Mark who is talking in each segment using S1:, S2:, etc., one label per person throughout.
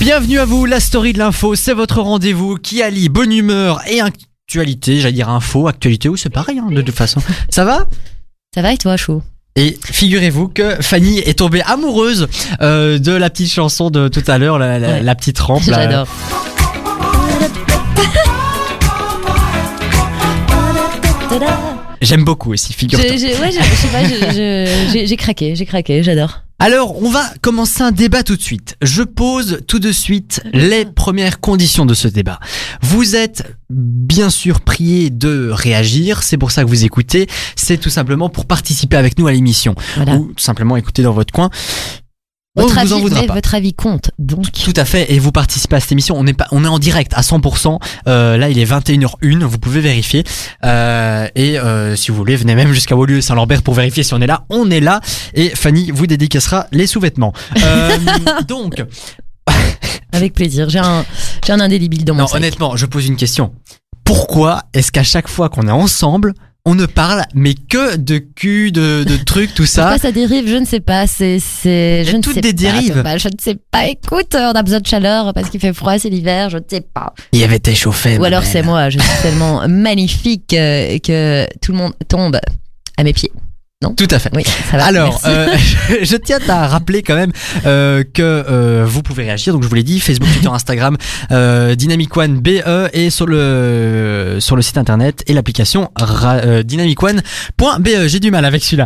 S1: Bienvenue à vous, la story de l'info, c'est votre rendez-vous qui allie bonne humeur et actualité, j'allais dire info, actualité, ou c'est pareil de toute façon. Ça va ?
S2: Ça va et toi, Chou ?
S1: Et figurez-vous que Fanny est tombée amoureuse de la petite chanson de tout à l'heure, la petite rampe.
S2: J'adore.
S1: J'aime beaucoup aussi, figure-toi.
S2: J'ai craqué, j'adore.
S1: Alors, on va commencer un débat tout de suite. Je pose tout de suite les premières conditions de ce débat. Vous êtes bien sûr prié de réagir, c'est pour ça que vous écoutez. C'est tout simplement pour participer avec nous à l'émission.
S2: Voilà.
S1: Ou tout simplement écouter dans votre coin.
S2: Votre avis compte, donc.
S1: Tout à fait, et vous participez à cette émission, on est en direct à 100%, là il est 21h01, vous pouvez vérifier, si vous voulez, venez même jusqu'à Beaulieu et Saint-Lambert pour vérifier si on est là, et Fanny vous dédicacera les sous-vêtements. Donc...
S2: Avec plaisir, j'ai un indélébile dans mon sac.
S1: Honnêtement, je pose une question. Pourquoi est-ce qu'à chaque fois qu'on est ensemble, on ne parle mais que de cul, de trucs, tout ça?
S2: Pourquoi ça dérive? Je ne sais pas. Je ne
S1: toutes
S2: sais
S1: des
S2: pas,
S1: dérives.
S2: Je ne sais pas. Écoute, on a besoin de chaleur parce qu'il fait froid, c'est l'hiver. Je ne sais pas.
S1: Il y avait été chauffé.
S2: Ou alors c'est moi. Je suis tellement magnifique que tout le monde tombe à mes pieds. Non?
S1: Tout à fait.
S2: Oui, ça va.
S1: Alors, je tiens à rappeler quand même que vous pouvez réagir. Donc je vous l'ai dit, Facebook, Twitter, Instagram, Dynamic One BE et sur le site internet et l'application dynamicone.be. J'ai du mal avec celui-là.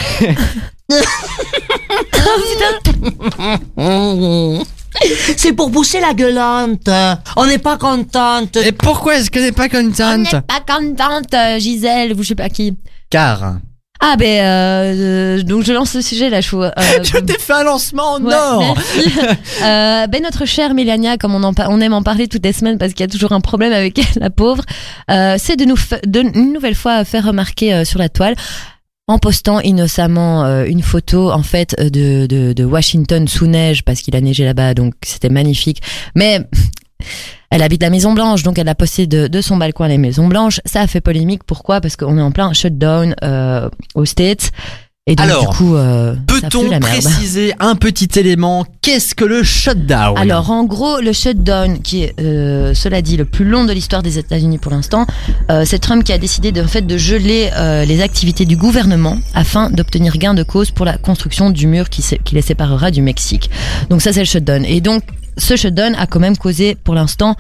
S3: C'est pour pousser la gueulante. On n'est pas contente.
S1: Et pourquoi est-ce que t'es pas
S2: On
S1: contente?
S2: n'est pas contente, Gisèle, ou je sais pas qui.
S1: Car
S2: Ah donc je lance le sujet là, Chou.
S1: je t'ai fait un lancement en or.
S2: Merci. Notre chère Mélania, comme on aime en parler toutes les semaines parce qu'il y a toujours un problème avec elle, la pauvre, c'est de une nouvelle fois faire remarquer sur la toile, en postant innocemment une photo en fait de Washington sous neige parce qu'il a neigé là-bas, donc c'était magnifique. Mais elle habite la Maison Blanche, donc elle a posté de son balcon à la Maison Blanche. Ça a fait polémique. Pourquoi? Parce qu'on est en plein shutdown aux States. Et donc,
S1: alors,
S2: du coup,
S1: peut-on préciser un petit élément? Qu'est-ce que le shutdown?
S2: Alors, en gros, le shutdown, qui est, cela dit, le plus long de l'histoire des États-Unis pour l'instant, c'est Trump qui a décidé de geler les activités du gouvernement afin d'obtenir gain de cause pour la construction du mur qui les séparera du Mexique. Donc ça, c'est le shutdown. Et donc, ce shutdown a quand même causé, pour l'instant,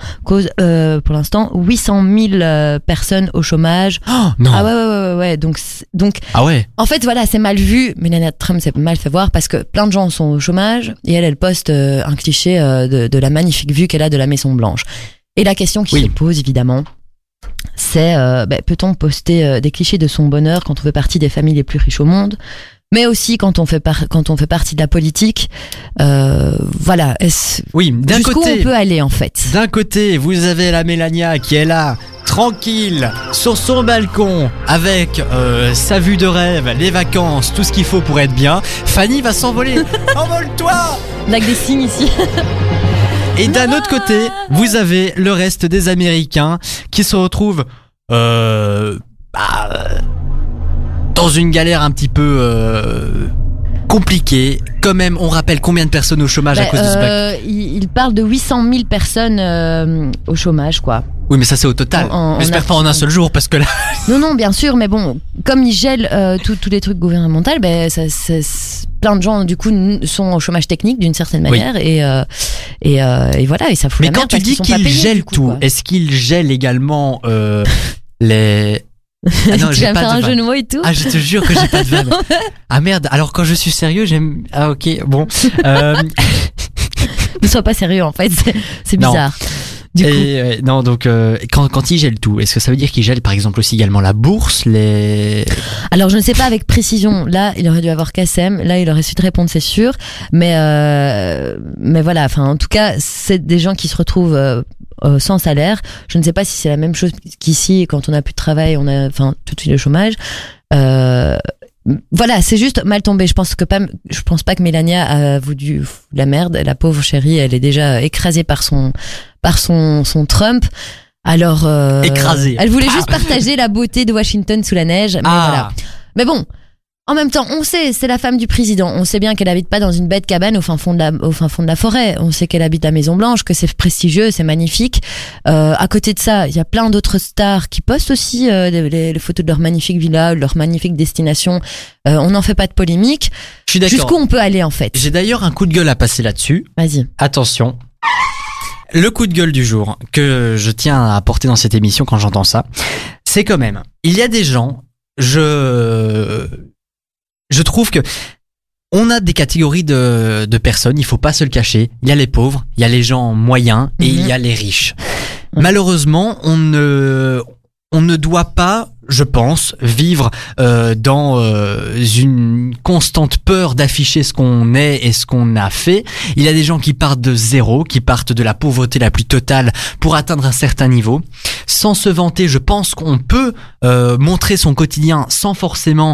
S2: 800 000 personnes au chômage.
S1: Oh, non.
S2: Ah ouais. Donc,
S1: ah ouais.
S2: en fait, voilà, c'est mal vu. Melania Trump s'est mal fait voir parce que plein de gens sont au chômage et elle poste un cliché de la magnifique vue qu'elle a de la Maison Blanche. Et la question qui se pose, évidemment, c'est peut-on poster des clichés de son bonheur quand on fait partie des familles les plus riches au monde? Mais aussi quand on fait partie de la politique, voilà.
S1: Oui, d'un côté,
S2: jusqu'où on peut aller en fait.
S1: D'un côté, vous avez la Mélania qui est là, tranquille, sur son balcon, avec sa vue de rêve, les vacances, tout ce qu'il faut pour être bien. Fanny va s'envoler. Envole-toi!
S2: Lac des Cygnes ici.
S1: Et d'un autre côté, vous avez le reste des Américains qui se retrouvent dans une galère un petit peu compliquée. Quand même, on rappelle combien de personnes au chômage à cause de ce bac.
S2: Il parle de 800 000 personnes au chômage, quoi.
S1: Oui, mais ça c'est au total. J'espère pas en un seul jour parce que là...
S2: Non, bien sûr, mais bon, comme ils gèlent tous les trucs gouvernementaux, plein de gens du coup sont au chômage technique d'une certaine manière et voilà, et ça fout
S1: mais
S2: la merde.
S1: Mais quand tu dis qu'ils gèlent tout, est-ce qu'ils gèlent également les...
S2: Ah non, tu vas me faire un jeu de mots et tout.
S1: Ah, je te jure que j'ai pas de vanne. Ah merde, alors quand je suis sérieux, j'aime... Ah ok, bon.
S2: Ne sois pas sérieux en fait, c'est bizarre. Du coup.
S1: Non, donc quand ils gèlent tout, est-ce que ça veut dire qu'ils gèlent par exemple aussi également la bourse,
S2: Alors je ne sais pas avec précision. Là, il aurait dû avoir Kassem. Là, il aurait su te répondre, c'est sûr. Mais voilà. Enfin, en tout cas, c'est des gens qui se retrouvent sans salaire. Je ne sais pas si c'est la même chose qu'ici. Quand on n'a plus de travail, on a, tout de suite le chômage. Voilà, c'est juste mal tombé. Je pense pas que Mélania a voulu la merde. La pauvre chérie, elle est déjà écrasée par son Trump. Alors,
S1: écrasée.
S2: Elle voulait juste partager la beauté de Washington sous la neige. Mais voilà. Mais bon, En même temps, on sait, c'est la femme du président. On sait bien qu'elle habite pas dans une bête cabane au fin fond de la forêt. On sait qu'elle habite la Maison Blanche, que c'est prestigieux, c'est magnifique. À côté de ça, il y a plein d'autres stars qui postent aussi les photos de leur magnifique villa, de leur magnifique destination. On n'en fait pas de polémique.
S1: Je suis d'accord.
S2: Jusqu'où on peut aller en fait.
S1: J'ai d'ailleurs un coup de gueule à passer là-dessus.
S2: Vas-y.
S1: Attention. Le coup de gueule du jour que je tiens à apporter dans cette émission quand j'entends ça, c'est quand même, il y a des gens, je trouve que on a des catégories de personnes, il faut pas se le cacher. Il y a les pauvres, il y a les gens moyens et il y a les riches. Malheureusement, on ne doit pas, je pense, vivre dans une constante peur d'afficher ce qu'on est et ce qu'on a fait. Il y a des gens qui partent de zéro, qui partent de la pauvreté la plus totale pour atteindre un certain niveau. Sans se vanter, je pense qu'on peut montrer son quotidien sans forcément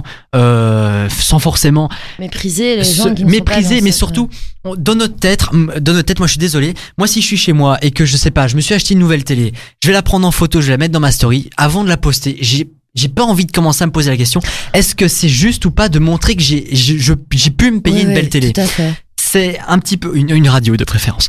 S2: mépriser les gens qui ne
S1: mépriser,
S2: sont pas dans
S1: mais
S2: cette...
S1: surtout dans notre tête, moi je suis désolé. Moi si je suis chez moi et que je sais pas, je me suis acheté une nouvelle télé, je vais la prendre en photo, je vais la mettre dans ma story. Avant de la poster, j'ai pas envie de commencer à me poser la question, est-ce que c'est juste ou pas de montrer que j'ai pu me payer une belle télé.
S2: Tout à fait.
S1: C'est un petit peu une radio de préférence.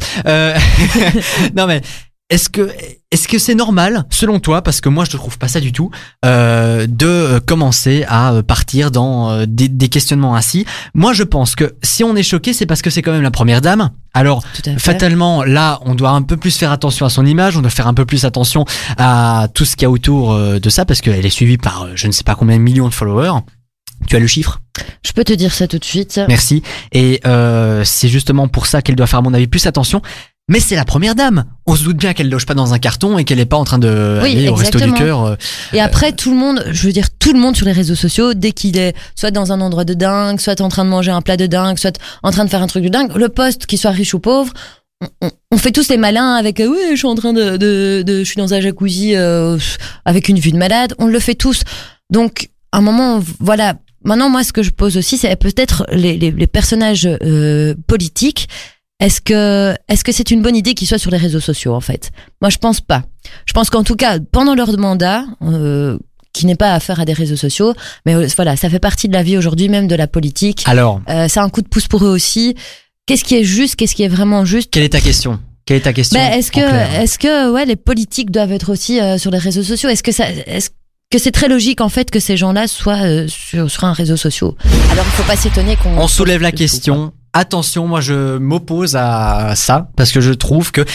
S1: Non mais est-ce que c'est normal selon toi, parce que moi je ne trouve pas ça du tout, de commencer à partir dans des questionnements ainsi. Moi je pense que si on est choqué, c'est parce que c'est quand même la première dame. Alors fatalement là on doit un peu plus faire attention à son image, on doit faire un peu plus attention à tout ce qu'il y a autour de ça, parce qu'elle est suivie par je ne sais pas combien de millions de followers. Tu as le chiffre ?
S2: Je peux te dire ça tout de suite.
S1: Merci. Et c'est justement pour ça qu'elle doit faire à mon avis plus attention. Mais c'est la première dame. On se doute bien qu'elle loge pas dans un carton et qu'elle est pas en train de aller au resto du cœur.
S2: Et après, tout le monde sur les réseaux sociaux, dès qu'il est soit dans un endroit de dingue, soit en train de manger un plat de dingue, soit en train de faire un truc de dingue, le poste, qu'il soit riche ou pauvre, on fait tous les malins avec oui, je suis en train je suis dans un jacuzzi avec une vue de malade. On le fait tous. Donc, à un moment, voilà. Maintenant, moi, ce que je pose aussi, c'est peut-être les personnages politiques. Est-ce que c'est une bonne idée qu'ils soient sur les réseaux sociaux, en fait? Moi, je pense pas. Je pense qu'en tout cas, pendant leur mandat, qui n'est pas affaire à des réseaux sociaux, mais voilà, ça fait partie de la vie aujourd'hui, même de la politique.
S1: Alors,
S2: c'est un coup de pouce pour eux aussi. Qu'est-ce qui est juste? Qu'est-ce qui est vraiment juste?
S1: Quelle est ta question?
S2: Est-ce que les politiques doivent être aussi sur les réseaux sociaux? Est-ce que c'est très logique en fait que ces gens-là soient sur un réseau social? Alors il faut pas s'étonner qu'on...
S1: On soulève la question. Attention, moi je m'oppose à ça parce que je trouve que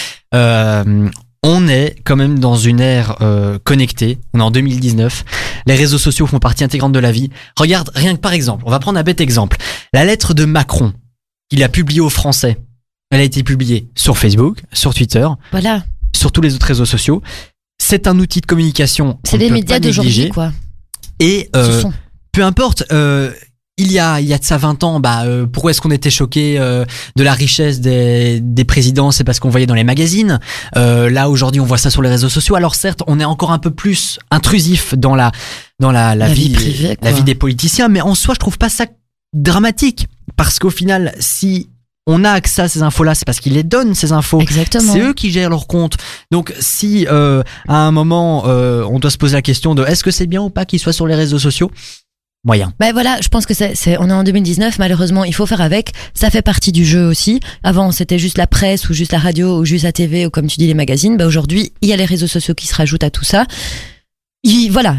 S1: on est quand même dans une ère connectée. On est en 2019. Les réseaux sociaux font partie intégrante de la vie. Regarde, rien que par exemple, on va prendre un bête exemple. La lettre de Macron qu'il a publiée aux Français. Elle a été publiée sur Facebook, sur Twitter,
S2: voilà,
S1: sur tous les autres réseaux sociaux. C'est un outil de communication.
S2: C'est les médias d'aujourd'hui, quoi.
S1: Et peu importe. Il y a de ça 20 ans, pourquoi est-ce qu'on était choqué de la richesse des présidents? C'est parce qu'on voyait dans les magazines. Là aujourd'hui, on voit ça sur les réseaux sociaux. Alors certes, on est encore un peu plus intrusif dans la vie privée, la vie des politiciens, mais en soi, je trouve pas ça dramatique, parce qu'au final, si on a accès à ces infos-là, c'est parce qu'ils les donnent, ces infos.
S2: Exactement.
S1: C'est eux qui gèrent leur compte. Donc si à un moment on doit se poser la question de est-ce que c'est bien ou pas qu'ils soient sur les réseaux sociaux? Moyen.
S2: Voilà, je pense que on est en 2019, malheureusement, il faut faire avec. Ça fait partie du jeu aussi. Avant, c'était juste la presse ou juste la radio ou juste la TV ou comme tu dis les magazines. Aujourd'hui, il y a les réseaux sociaux qui se rajoutent à tout ça. Voilà.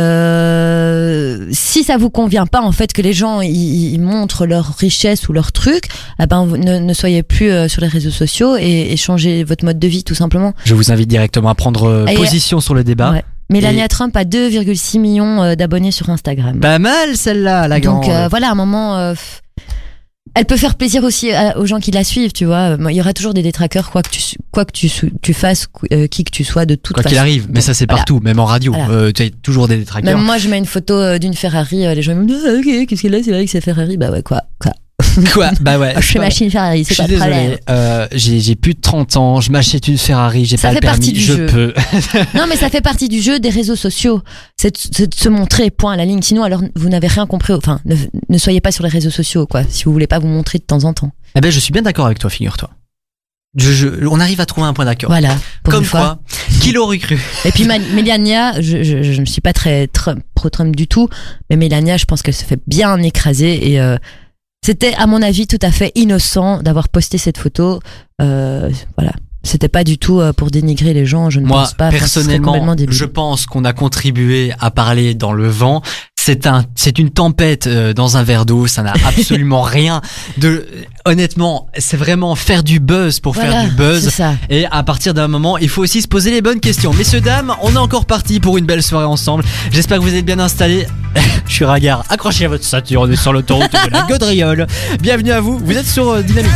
S2: Si ça vous convient pas en fait que les gens ils montrent leur richesse ou leur truc, ne soyez plus sur les réseaux sociaux et changez votre mode de vie tout simplement.
S1: Je vous invite directement à prendre position sur le débat. Ouais.
S2: Mélania Trump a 2,6 millions d'abonnés sur Instagram.
S1: Pas mal celle-là, la grande.
S2: Donc voilà, à un moment, elle peut faire plaisir aussi aux gens qui la suivent, tu vois. Il y aura toujours des détraqueurs, quoi que tu fasses, qui que tu sois, de toute façon.
S1: Quoi qu'il arrive, mais ça c'est partout, même en radio, tu as toujours des détraqueurs.
S2: Même moi, je mets une photo d'une Ferrari, les gens me disent ok, qu'est-ce qu'il a, c'est vrai que c'est Ferrari, bah ouais, quoi.
S1: Bah ouais.
S2: Je fais machine Ferrari, c'est pas de problème.
S1: J'ai plus de 30 ans, je m'achète une Ferrari, j'ai pas le permis, je peux.
S2: Non, mais ça fait partie du jeu des réseaux sociaux. C'est de se montrer, point à la ligne. Sinon, alors, vous n'avez rien compris. Enfin, ne soyez pas sur les réseaux sociaux, quoi, si vous voulez pas vous montrer de temps en temps.
S1: Eh ben, je suis bien d'accord avec toi, figure-toi. On arrive à trouver un point d'accord.
S2: Voilà.
S1: Comme quoi, qui l'aurait cru?
S2: Et puis Mélania, je ne suis pas très trop Trump du tout. Mais Mélania, je pense qu'elle se fait bien écraser et c'était à mon avis tout à fait innocent d'avoir posté cette photo. Voilà. C'était pas du tout pour dénigrer les gens, je ne pense pas.
S1: Moi, personnellement, je pense qu'on a contribué à parler dans le vent. C'est une tempête dans un verre d'eau, ça n'a absolument rien de... Honnêtement, c'est vraiment faire du buzz pour faire du buzz.
S2: C'est ça.
S1: Et à partir d'un moment, il faut aussi se poser les bonnes questions. Messieurs, dames, on est encore parti pour une belle soirée ensemble. J'espère que vous êtes bien installés. Je suis Ragard, accrochez à votre ceinture, on est sur l'autoroute de la Gaudriole. Bienvenue à vous, vous êtes sur Dynamique.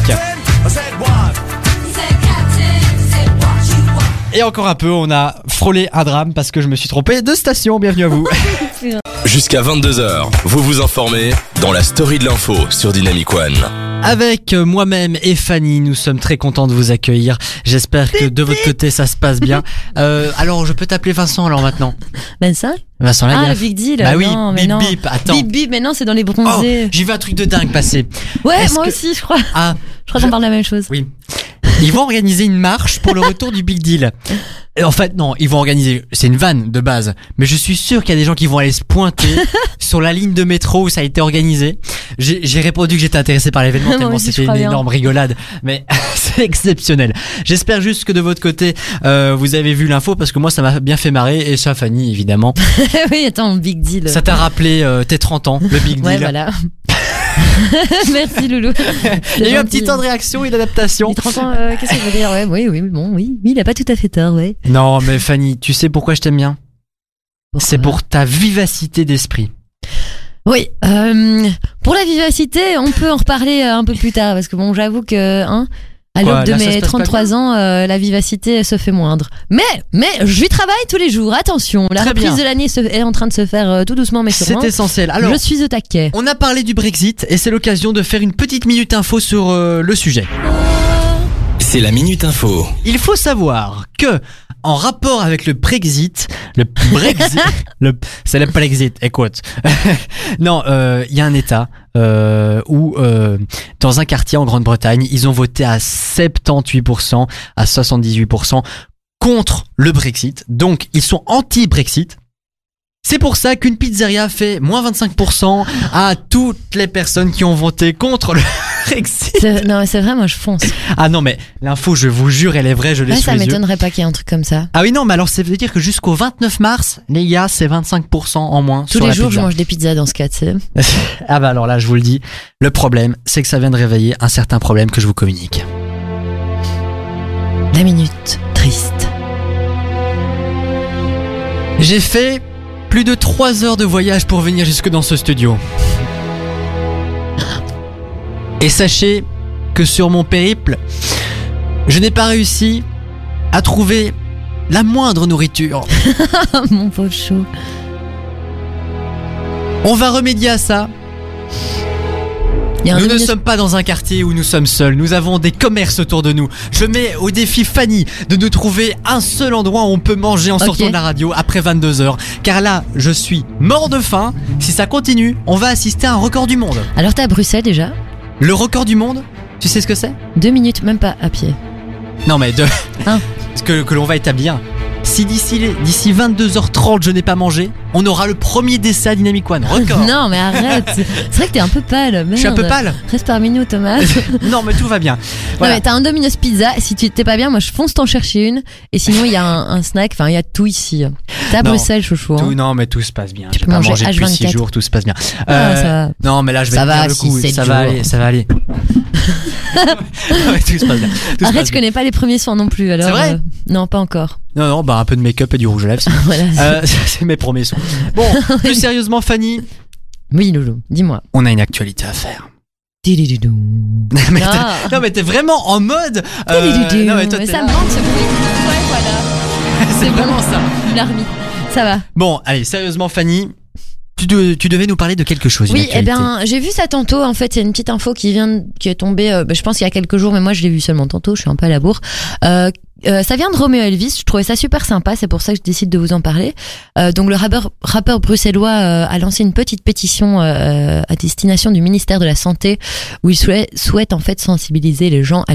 S1: Et encore un peu, on a frôlé un drame parce que je me suis trompé de station. Bienvenue à vous.
S4: Jusqu'à 22h, vous vous informez dans la story de l'info sur Dynamic One.
S1: Avec moi-même et Fanny, nous sommes très contents de vous accueillir. J'espère que de votre côté ça se passe bien. Alors je peux t'appeler Vincent alors maintenant.
S2: Vincent
S1: Lagaffe.
S2: Le Big Deal.
S1: Bah oui,
S2: non, mais
S1: bip
S2: non.
S1: bip, attends.
S2: Bip bip, mais non, c'est dans les bronzés.
S1: Oh, j'ai vu un truc de dingue passer.
S2: Ouais,
S1: Est-ce
S2: moi
S1: que-
S2: aussi, je crois.
S1: Ah,
S2: Je crois qu'on parle de la même chose.
S1: oui. Ils vont organiser une marche pour le retour du Big Deal. Et en fait, non, ils vont organiser, c'est une vanne de base, mais je suis sûr qu'il y a des gens qui vont aller se pointer sur la ligne de métro où ça a été organisé. J'ai répondu que j'étais intéressé par l'événement
S2: Moi
S1: tellement
S2: aussi, je
S1: c'était une
S2: crois bien.
S1: énorme rigolade, mais c'est exceptionnel. J'espère juste que de votre côté, vous avez vu l'info parce que moi ça m'a bien fait marrer et ça, Fanny, évidemment.
S2: Oui, attends, Big Deal.
S1: Ça t'a rappelé tes 30 ans, le Big Deal.
S2: Ouais, voilà. Merci, Loulou.
S1: Il y a eu un petit temps de réaction et d'adaptation.
S2: Les 30 ans, qu'est-ce que je veux dire? Ouais, oui, il a pas tout à fait tort, ouais.
S1: Non, mais Fanny, tu sais pourquoi je t'aime bien? C'est pour ta vivacité d'esprit.
S2: Oui, pour la vivacité, on peut en reparler un peu plus tard, parce que bon, j'avoue que, à
S1: Quoi,
S2: l'aube de
S1: là, ça se
S2: mes
S1: passe pas
S2: 33 ans, la vivacité se fait moindre. Mais, j'y travaille tous les jours, attention, la
S1: Très
S2: reprise
S1: bien.
S2: de l'année est en train de se faire tout doucement mais sûrement.
S1: C'est essentiel. Alors,
S2: Je suis au taquet.
S1: on a parlé du Brexit et c'est l'occasion de faire une petite minute info sur le sujet.
S4: C'est la Minute Info.
S1: Il faut savoir que, en rapport avec le Brexit, c'est le Brexit, écoute. Non, il y a un État où, dans un quartier en Grande-Bretagne, ils ont voté à 78%, à 78% contre le Brexit. Donc, ils sont anti-Brexit. C'est pour ça qu'une pizzeria fait moins 25% à toutes les personnes qui ont voté contre le Brexit.
S2: Non, mais c'est vrai, moi je fonce.
S1: Ah non, mais l'info, je vous jure, elle est vraie, je l'ai
S2: Ouais,
S1: sous
S2: ça
S1: les yeux.
S2: m'étonnerait pas qu'il y ait un truc comme ça.
S1: Ah oui, non, mais alors ça veut dire que jusqu'au 29 mars, les gars, c'est 25% en moins
S2: Tous
S1: sur
S2: les
S1: la
S2: jours, je
S1: pizza.
S2: mange des pizzas dans ce cas, tu sais.
S1: Ah bah alors là, je vous le dis, le problème, c'est que ça vient de réveiller un certain problème que je vous communique.
S2: La minute triste.
S1: J'ai fait plus de 3 heures de voyage pour venir jusque dans ce studio. Et sachez que sur mon périple, je n'ai pas réussi à trouver la moindre nourriture.
S2: Mon pauvre chou.
S1: On va remédier à ça.
S2: Il y a un
S1: Nous ne
S2: minute-
S1: sommes pas dans un quartier où nous sommes seuls, nous avons des commerces autour de nous. Je mets au défi Fanny de nous trouver un seul endroit où on peut manger en
S2: Ok.
S1: sortant de la radio après 22h. Car là, je suis mort de faim. Si ça continue, on va assister à un record du monde.
S2: Alors t'es à Bruxelles déjà?
S1: Le record du monde, tu sais ce que c'est?
S2: 2 minutes, même pas à pied.
S1: Non mais
S2: Hein
S1: ce que l'on va établir. Si d'ici 22h30 je n'ai pas mangé, on aura le premier décès à Dynamic One. Record.
S2: Non, mais arrête. C'est vrai que t'es un peu pâle. Merde.
S1: Je suis un peu pâle.
S2: Reste parmi nous, Thomas.
S1: Non mais tout va bien.
S2: Non,
S1: Voilà.
S2: mais t'as un Domino's Pizza. Si tu t'es pas bien, moi je fonce t'en chercher une. Et sinon, il y a un snack. Enfin, il y a tout ici. T'es à
S1: Non.
S2: Bruxelles, chouchou. hein.
S1: Non mais tout se passe bien.
S2: Tu
S1: J'ai
S2: peux
S1: pas
S2: manger
S1: mangé depuis
S2: H24.
S1: 6 jours, tout se passe bien.
S2: Ah, ça va.
S1: Non mais là je vais
S2: Ça
S1: tenir
S2: va,
S1: le coup,
S2: 6-7
S1: ça va
S2: jours.
S1: aller, ça va aller. Ouais, tout se passe bien. Tout se
S2: Arrête,
S1: passe
S2: je
S1: bien.
S2: connais pas les premiers soins non plus. Alors,
S1: C'est vrai
S2: non, pas encore.
S1: Non, bah un peu de make-up et du rouge à lèvres.
S2: Voilà.
S1: C'est mes premiers sons. Bon, plus sérieusement Fanny,
S2: Oui, Loulou, dis-moi.
S1: on a une actualité à faire.
S2: Tidididou.
S1: Mais
S2: Ah.
S1: non mais t'es vraiment en mode.
S2: Tidididou.
S1: Non mais toi
S2: Mais
S1: t'es
S2: ça
S1: là.
S2: me manque ce bruit. Ouais, voilà.
S1: C'est
S2: c'est
S1: vraiment
S2: bon.
S1: ça.
S2: Je l'ai remis. Ça va.
S1: Bon, allez, sérieusement Fanny, tu devais nous parler de quelque chose. une
S2: Oui, eh
S1: actualité.
S2: ben, j'ai vu ça tantôt. En fait, c'est une petite info qui est tombée. Je pense il y a quelques jours, mais moi je l'ai vu seulement tantôt. Je suis un peu à la bourre. Ça vient de Romeo Elvis. Je trouvais ça super sympa. C'est pour ça que je décide de vous en parler. Donc le rappeur bruxellois a lancé une petite pétition à destination du ministère de la Santé où il souhaite en fait sensibiliser les gens à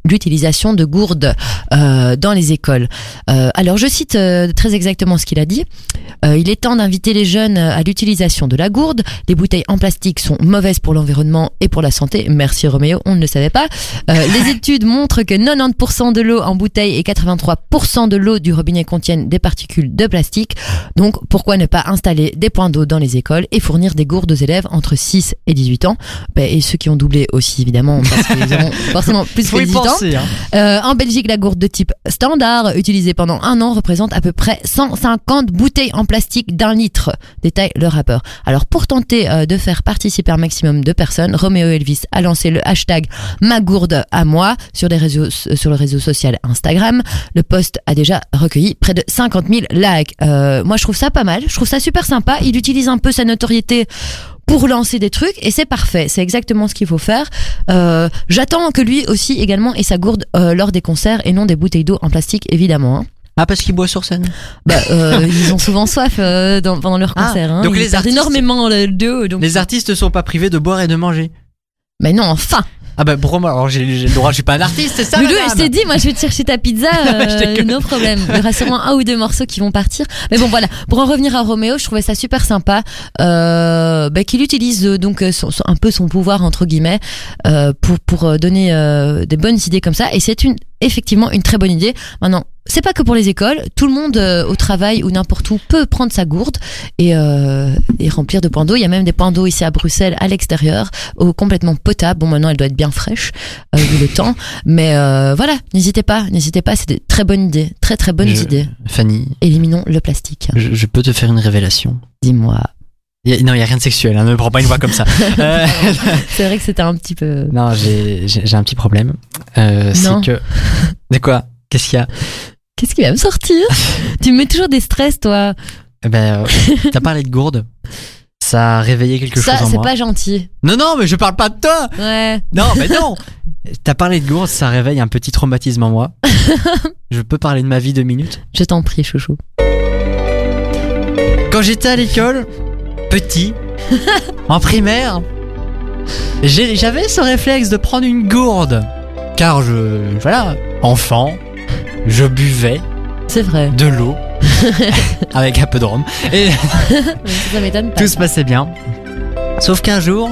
S2: l'utilisation de gourdes dans les écoles. Alors je cite très exactement ce qu'il a dit. Il est temps d'inviter les jeunes à l'utilisation de la gourde. Les bouteilles en plastique sont mauvaises pour l'environnement et pour la santé. Merci Roméo, on ne le savait pas. Les études montrent que 90% de l'eau en bouteille et 83% de l'eau du robinet contiennent des particules de plastique. Donc pourquoi ne pas installer des points d'eau dans les écoles et fournir des gourdes aux élèves entre 6 et 18 ans. Et ceux qui ont doublé aussi évidemment parce qu'ils auront forcément plus que 18 ans. En Belgique, la gourde de type standard utilisée pendant un an représente à peu près 150 bouteilles en plastique d'1 litre, détaille le rappeur. Alors pour tenter de faire participer un maximum de personnes, Roméo Elvis a lancé le hashtag #MaGourdeAMoi sur le réseau social Instagram. Le post a déjà recueilli près de 50 000 likes. Moi je trouve ça pas mal, je trouve ça super sympa. Il utilise un peu sa notoriété pour lancer des trucs et c'est parfait, c'est exactement ce qu'il faut faire. J'attends que lui aussi également ait sa gourde lors des concerts et non des bouteilles d'eau en plastique évidemment. Hein.
S1: Ah, parce qu'il boit sur scène.
S2: Ils ont souvent soif pendant leurs concerts. Hein.
S1: Donc
S2: ils
S1: les artistes
S2: énormément d'eau. Donc...
S1: Les artistes sont pas privés de boire et de manger.
S2: Mais non, enfin.
S1: Ah bah pour moi, alors j'ai le droit, je suis pas un artiste, c'est ça.
S2: Loulou, je t'ai dit, moi je vais te chercher ta pizza, no problème. Il y aura sûrement 1 ou 2 morceaux qui vont partir. Mais bon voilà, pour en revenir à Roméo, je trouvais ça super sympa qu'il utilise donc un peu son pouvoir entre guillemets pour donner des bonnes idées comme ça. Et c'est effectivement une très bonne idée. Maintenant, c'est pas que pour les écoles, tout le monde au travail ou n'importe où peut prendre sa gourde et remplir de points d'eau. Il y a même des points d'eau ici à Bruxelles à l'extérieur, complètement potables. Bon, maintenant elle doit être bien fraîche vu le temps, mais voilà, n'hésitez pas, c'est des très bonnes idées, très très bonnes idées.
S1: Fanny,
S2: éliminons le plastique.
S1: Je peux te faire une révélation.
S2: Dis-moi.
S1: Non, il y a rien de sexuel, hein, ne prends pas une voix comme ça.
S2: C'est vrai que c'était un petit peu.
S1: Non, j'ai un petit problème. C'est que. De quoi? Qu'est-ce qu'il y a?
S2: Qu'est-ce qui va me sortir? Tu me mets toujours des stress, toi.
S1: T'as parlé de gourde. Ça a réveillé quelque chose en moi.
S2: Ça, c'est pas gentil.
S1: Non, mais je parle pas de toi.
S2: Ouais.
S1: Non, mais non. T'as parlé de gourde, ça réveille un petit traumatisme en moi. Je peux parler de ma vie 2 minutes?
S2: Je t'en prie, chouchou.
S1: Quand j'étais à l'école, petit, en primaire, j'avais ce réflexe de prendre une gourde. Car voilà, enfant, je buvais.
S2: C'est vrai.
S1: De l'eau. Avec un peu de rhum. Et
S2: ça m'étonne pas.
S1: Tout se passait bien. Sauf qu'un jour,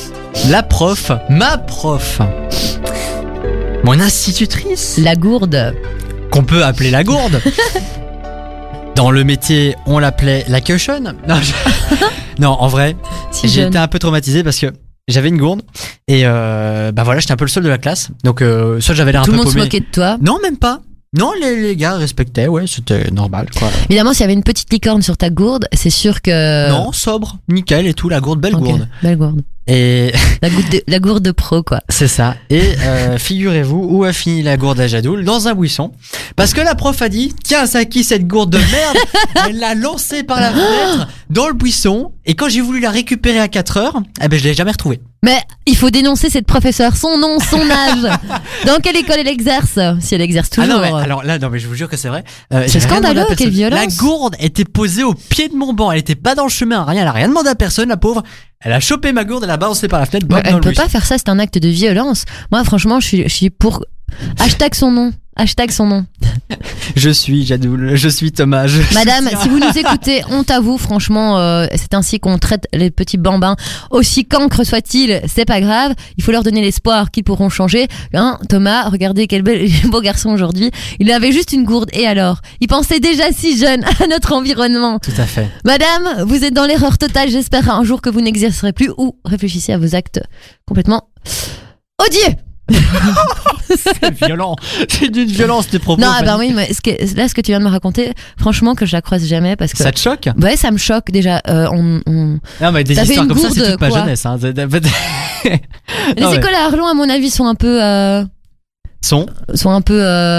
S1: ma prof, mon institutrice.
S2: La gourde.
S1: Qu'on peut appeler la gourde. Dans le métier, on l'appelait la queuchonne. Non, en vrai, j'ai été un peu traumatisé parce que j'avais une gourde et voilà, j'étais un peu le seul de la classe. Donc soit j'avais l'air un peu paumé.
S2: Tout le monde se moquait de toi.
S1: Non, même pas. Non, les gars respectaient, ouais, c'était normal, quoi.
S2: Évidemment, s'il y avait une petite licorne sur ta gourde, c'est sûr que...
S1: Non, sobre, nickel et tout, la gourde, belle gourde.
S2: Belle gourde.
S1: Et...
S2: la gourde pro, quoi.
S1: C'est ça. Et figurez-vous où a fini la gourde à Jadoul? Dans un buisson. Parce que la prof a dit, tiens, c'est à qui cette gourde de merde? Elle l'a lancée par la fenêtre dans le buisson. Et quand j'ai voulu la récupérer à 4h, je l'ai jamais retrouvée.
S2: Mais il faut dénoncer cette professeure, son nom, son âge. Dans quelle école elle exerce? Si elle exerce toujours.
S1: Ah non, mais, alors là, non, mais je vous jure que c'est vrai.
S2: C'est scandaleux, quelle violence.
S1: La gourde était posée au pied de mon banc. Elle était pas dans le chemin, rien. Elle a rien demandé à personne, la pauvre. Elle a chopé ma gourde, elle a balancé par la fenêtre.
S2: Elle peut pas faire ça, c'est un acte de violence. Moi, franchement, je suis pour. Hashtag son nom.
S1: Je suis Jadoul, je suis Thomas.
S2: Madame, si vous nous écoutez, honte à vous, franchement, c'est ainsi qu'on traite les petits bambins. Aussi cancres soient-ils, c'est pas grave. Il faut leur donner l'espoir qu'ils pourront changer. Hein, Thomas, regardez quel beau garçon aujourd'hui. Il avait juste une gourde, et alors? Il pensait déjà si jeune à notre environnement.
S1: Tout à fait.
S2: Madame, vous êtes dans l'erreur totale. J'espère un jour que vous n'exercerez plus ou réfléchissez à vos actes complètement odieux.
S1: C'est violent, c'est d'une violence tes propos.
S2: Non, oui, mais ce que tu viens de me raconter, franchement que je la croise jamais parce que
S1: ça te choque.
S2: Ouais, ça me choque déjà.
S1: Non, mais des histoires comme ça, c'est toute ma jeunesse. Hein.
S2: Les écoles à Arlon, à mon avis, sont un peu sont un peu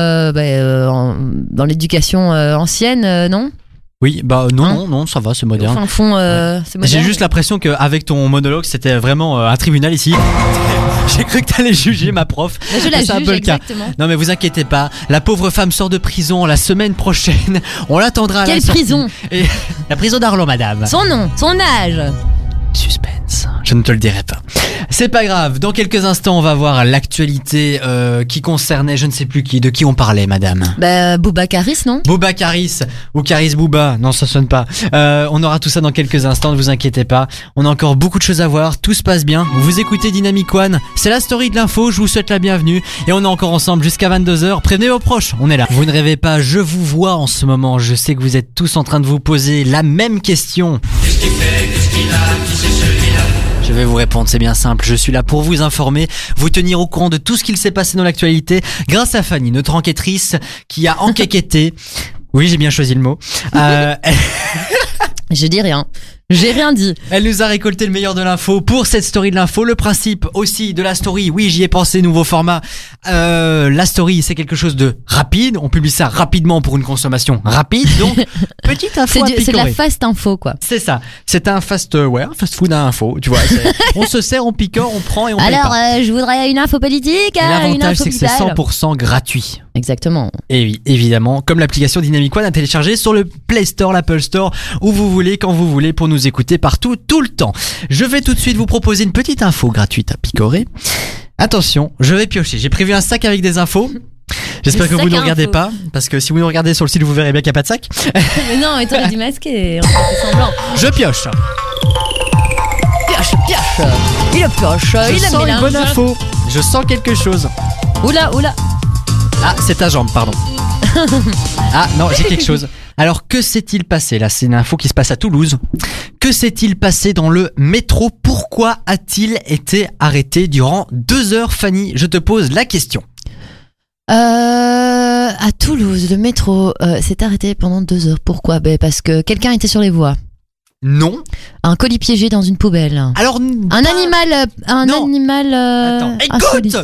S2: dans l'éducation ancienne, non?
S1: Oui, non, ça va, c'est moderne.
S2: Enfin, c'est moderne.
S1: J'ai juste l'impression qu'avec ton monologue, c'était vraiment un tribunal ici. J'ai cru que t'allais juger ma prof.
S2: Je la juge, exactement.
S1: Non, mais vous inquiétez pas, la pauvre femme sort de prison la semaine prochaine. On l'attendra à
S2: Quelle
S1: la sortie.
S2: prison?
S1: La prison d'Arlon, madame.
S2: Son nom, son âge.
S1: Suspense, je ne te le dirai pas. C'est pas grave, dans quelques instants on va voir l'actualité qui concernait je ne sais plus qui, de qui on parlait madame.
S2: Bah, Booba Karis, non?
S1: Booba Karis ou Karis Booba, non ça sonne pas. On aura tout ça dans quelques instants, ne vous inquiétez pas. On a encore beaucoup de choses à voir, tout se passe bien. Vous écoutez Dynamic One, c'est la story de l'info, je vous souhaite la bienvenue. Et on est encore ensemble jusqu'à 22h, prévenez vos proches, on est là. Vous ne rêvez pas, je vous vois en ce moment, je sais que vous êtes tous en train de vous poser la même question. Qu'est-ce qu'il fait, qu'est-ce qu'il a, qui c'est celui-là ? Je vais vous répondre, c'est bien simple, je suis là pour vous informer, vous tenir au courant de tout ce qu'il s'est passé dans l'actualité, grâce à Fanny, notre enquêtrice, qui a enquêté. Oui, j'ai bien choisi le mot.
S2: Je dis rien. J'ai rien dit.
S1: Elle nous a récolté le meilleur de l'info pour cette story de l'info. Le principe aussi de la story, oui j'y ai pensé, nouveau format. La story c'est quelque chose de rapide, on publie ça rapidement pour une consommation rapide, donc petite info à picorer.
S2: C'est de la fast info quoi.
S1: C'est ça, c'est un fast food à info, tu vois. On se sert, on picore, on prend et on paye pas.
S2: Alors je voudrais une info politique,
S1: et l'avantage
S2: une info
S1: c'est que c'est 100% gratuit.
S2: Exactement.
S1: Et oui, évidemment, comme l'application Dynamic One à télécharger sur le Play Store, l'Apple Store, où vous voulez, quand vous voulez, pour nous écouter partout, tout le temps. Je vais tout de suite vous proposer une petite info gratuite à picorer. Attention, je vais piocher. J'ai prévu un sac avec des infos. J'espère que vous ne regardez pas, parce que si vous nous regardez sur le site, vous verrez bien qu'il n'y a pas de sac.
S2: Mais non, mais t'aurais dû masquer, on fait semblant.
S1: Je pioche.
S2: Pioche. Il pioche, il
S1: sens une bonne info. Je sens quelque chose.
S2: Oula.
S1: Ah, c'est ta jambe, pardon. Ah non, j'ai quelque chose. Alors que s'est-il passé? Là, c'est une info qui se passe à Toulouse. Que s'est-il passé dans le métro? Pourquoi a-t-il été arrêté durant 2 heures, Fanny? Je te pose la question.
S2: À Toulouse, le métro s'est arrêté pendant 2 heures. Pourquoi? Parce que quelqu'un était sur les voies.
S1: Non.
S2: Un colis piégé dans une poubelle.
S1: Alors
S2: un animal.
S1: Attends, écoute.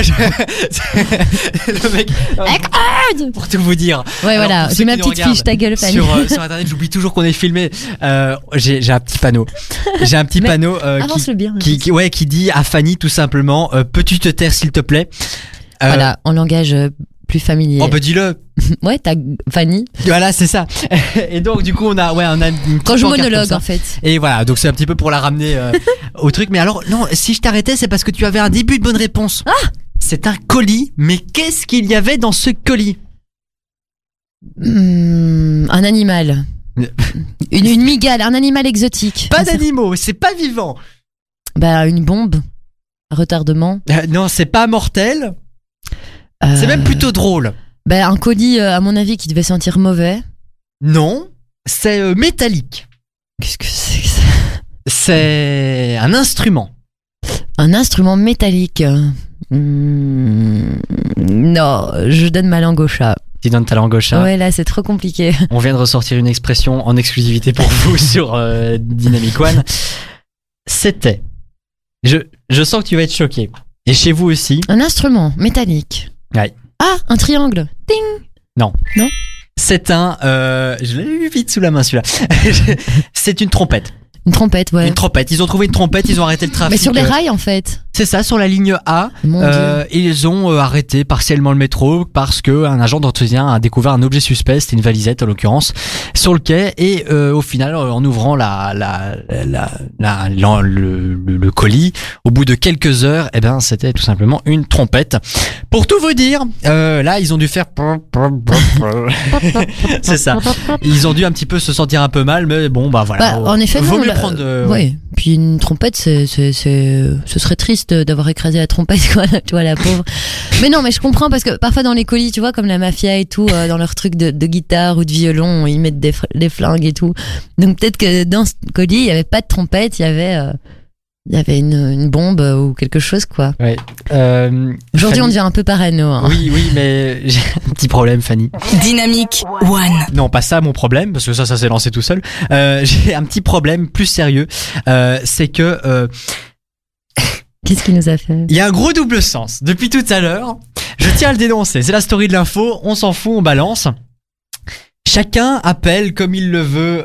S1: Le mec. Pour tout vous dire.
S2: Ouais, alors, voilà. J'ai ma petite fiche, ta gueule, Fanny.
S1: Sur internet, j'oublie toujours qu'on est filmé. J'ai un petit panneau. J'ai un petit panneau
S2: avance-le bien,
S1: qui dit à Fanny tout simplement peux-tu te taire s'il te plaît.
S2: Voilà, en langage plus familier.
S1: Oh bah dis-le.
S2: Ouais, t'as Fanny.
S1: Voilà, c'est ça. Et donc du coup on a une
S2: quand je monologue en fait.
S1: Et voilà, donc c'est un petit peu pour la ramener au truc. Mais alors non, si je t'arrêtais, c'est parce que tu avais un début de bonne réponse.
S2: Ah,
S1: c'est un colis. Mais qu'est-ce qu'il y avait dans ce colis?
S2: Un animal. une migale, un animal exotique.
S1: Pas d'animaux, c'est pas vivant.
S2: Une bombe. Retardement.
S1: Non, c'est pas mortel. C'est même plutôt drôle.
S2: Un colis, à mon avis, qui devait sentir mauvais.
S1: Non, c'est métallique.
S2: Qu'est-ce que c'est que ça?
S1: C'est un instrument.
S2: Un instrument métallique. Non, je donne ma langue au chat.
S1: Tu donnes ta langue au chat.
S2: Ouais, là, c'est trop compliqué.
S1: On vient de ressortir une expression en exclusivité pour vous sur Dynamic One. C'était... Je sens que tu vas être choqué. Et chez vous aussi.
S2: Un instrument métallique.
S1: Ouais.
S2: Ah, un triangle. Ding.
S1: Non. C'est un... je l'ai eu vite sous la main celui-là. C'est une trompette.
S2: Une trompette, ouais.
S1: Une trompette. Ils ont trouvé une trompette, ils ont arrêté le trafic.
S2: Mais sur les rails en fait.
S1: C'est ça, sur la ligne A. Ils ont arrêté partiellement le métro parce que un agent d'entretien a découvert un objet suspect, c'était une valisette en l'occurrence, sur le quai. Et au final, en ouvrant le colis, au bout de quelques heures, c'était tout simplement une trompette. Pour tout vous dire, là ils ont dû faire c'est ça. Ils ont dû un petit peu se sentir un peu mal, mais bon voilà.
S2: En effet,
S1: vaut mieux prendre.
S2: Ouais. Puis une trompette, ce serait triste d'avoir écrasé la trompette, quoi, tu vois, la pauvre. Mais non, mais je comprends parce que parfois dans les colis, tu vois, comme la mafia et tout, dans leurs trucs de guitare ou de violon, ils mettent des flingues et tout. Donc peut-être que dans ce colis, il y avait pas de trompette, il y avait une bombe ou quelque chose, quoi.
S1: Ouais.
S2: Aujourd'hui, on devient un peu parano. Hein.
S1: Oui, mais j'ai un petit problème, Fanny.
S5: Dynamic One.
S1: Non, pas ça, mon problème, parce que ça s'est lancé tout seul. J'ai un petit problème plus sérieux. C'est que...
S2: Qu'est-ce qu'il nous a fait?
S1: Il y a un gros double sens. Depuis tout à l'heure, je tiens à le dénoncer. C'est la story de l'info, on s'en fout, on balance. Chacun appelle comme il le veut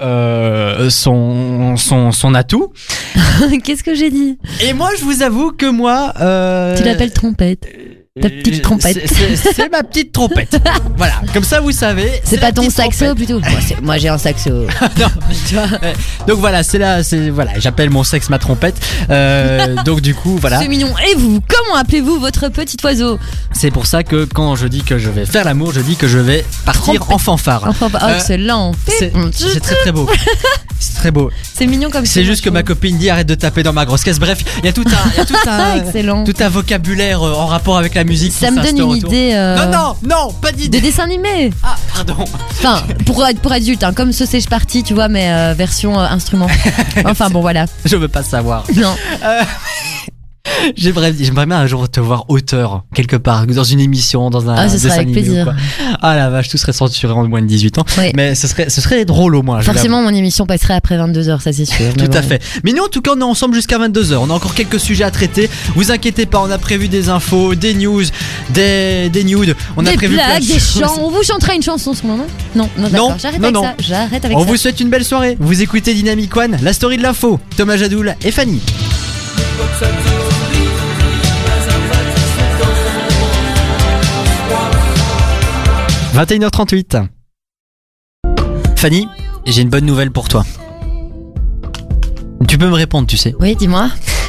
S1: son atout.
S2: Qu'est-ce que j'ai dit?
S1: Et moi, je vous avoue que moi...
S2: Tu l'appelles trompette. Ta petite trompette.
S1: C'est ma petite trompette. Voilà, comme ça vous savez.
S2: C'est pas
S1: la
S2: ton
S1: petite
S2: saxo
S1: trompette.
S2: plutôt. Moi j'ai un saxo.
S1: Non.
S2: Tu vois.
S1: Donc voilà, voilà, j'appelle mon sexe ma trompette. Donc du coup, voilà.
S2: C'est mignon. Et vous, comment appelez-vous votre petit oiseau?
S1: C'est pour ça que quand je dis que je vais faire l'amour, je dis que je vais partir
S2: Trompette.
S1: en fanfare.
S2: Enfin, excellent.
S1: C'est très très beau. C'est très beau.
S2: C'est mignon comme ça.
S1: C'est juste que ma copine dit arrête de taper dans ma grosse caisse. Bref, il y a tout
S2: Excellent.
S1: un vocabulaire en rapport avec la musique.
S2: Ça
S1: qui
S2: me donne
S1: s'instaure
S2: une
S1: autour.
S2: idée.
S1: Non, pas
S2: De
S1: d'idée.
S2: dessin animé.
S1: Ah, pardon.
S2: Enfin, pour adultes, hein, comme Sausage Party, tu vois, mais version instrument. Enfin bon, voilà.
S1: Je veux pas savoir.
S2: Non.
S1: J'aimerais bien un jour te voir auteur quelque part dans une émission, dans un
S2: Ce sera
S1: dessin
S2: avec
S1: animé ou
S2: plaisir.
S1: quoi. Ah la vache, tout serait censuré en moins de 18 ans.
S2: Oui.
S1: Mais ce serait drôle au moins. je
S2: Forcément, mon émission passerait après 22h, ça c'est sûr.
S1: l'avoue.
S2: mais
S1: Tout à
S2: bon.
S1: fait. Mais nous en tout cas on est ensemble jusqu'à 22h. On a encore quelques sujets à traiter. Vous inquiétez pas, on a prévu des infos, des news, des nudes. On a
S2: Des
S1: prévu plein
S2: blagues,
S1: de
S2: des
S1: choses.
S2: chants. On vous chantera une chanson ce moment, non? Non, d'accord.
S1: Non,
S2: J'arrête
S1: non,
S2: avec
S1: non.
S2: ça. J'arrête avec
S1: On
S2: ça.
S1: vous souhaite une belle soirée. Vous écoutez Dynamic One, la story de l'info. Thomas Jadoul et Fanny. 21h38. Fanny, j'ai une bonne nouvelle pour toi. Tu peux me répondre, tu sais.
S2: Oui, dis-moi.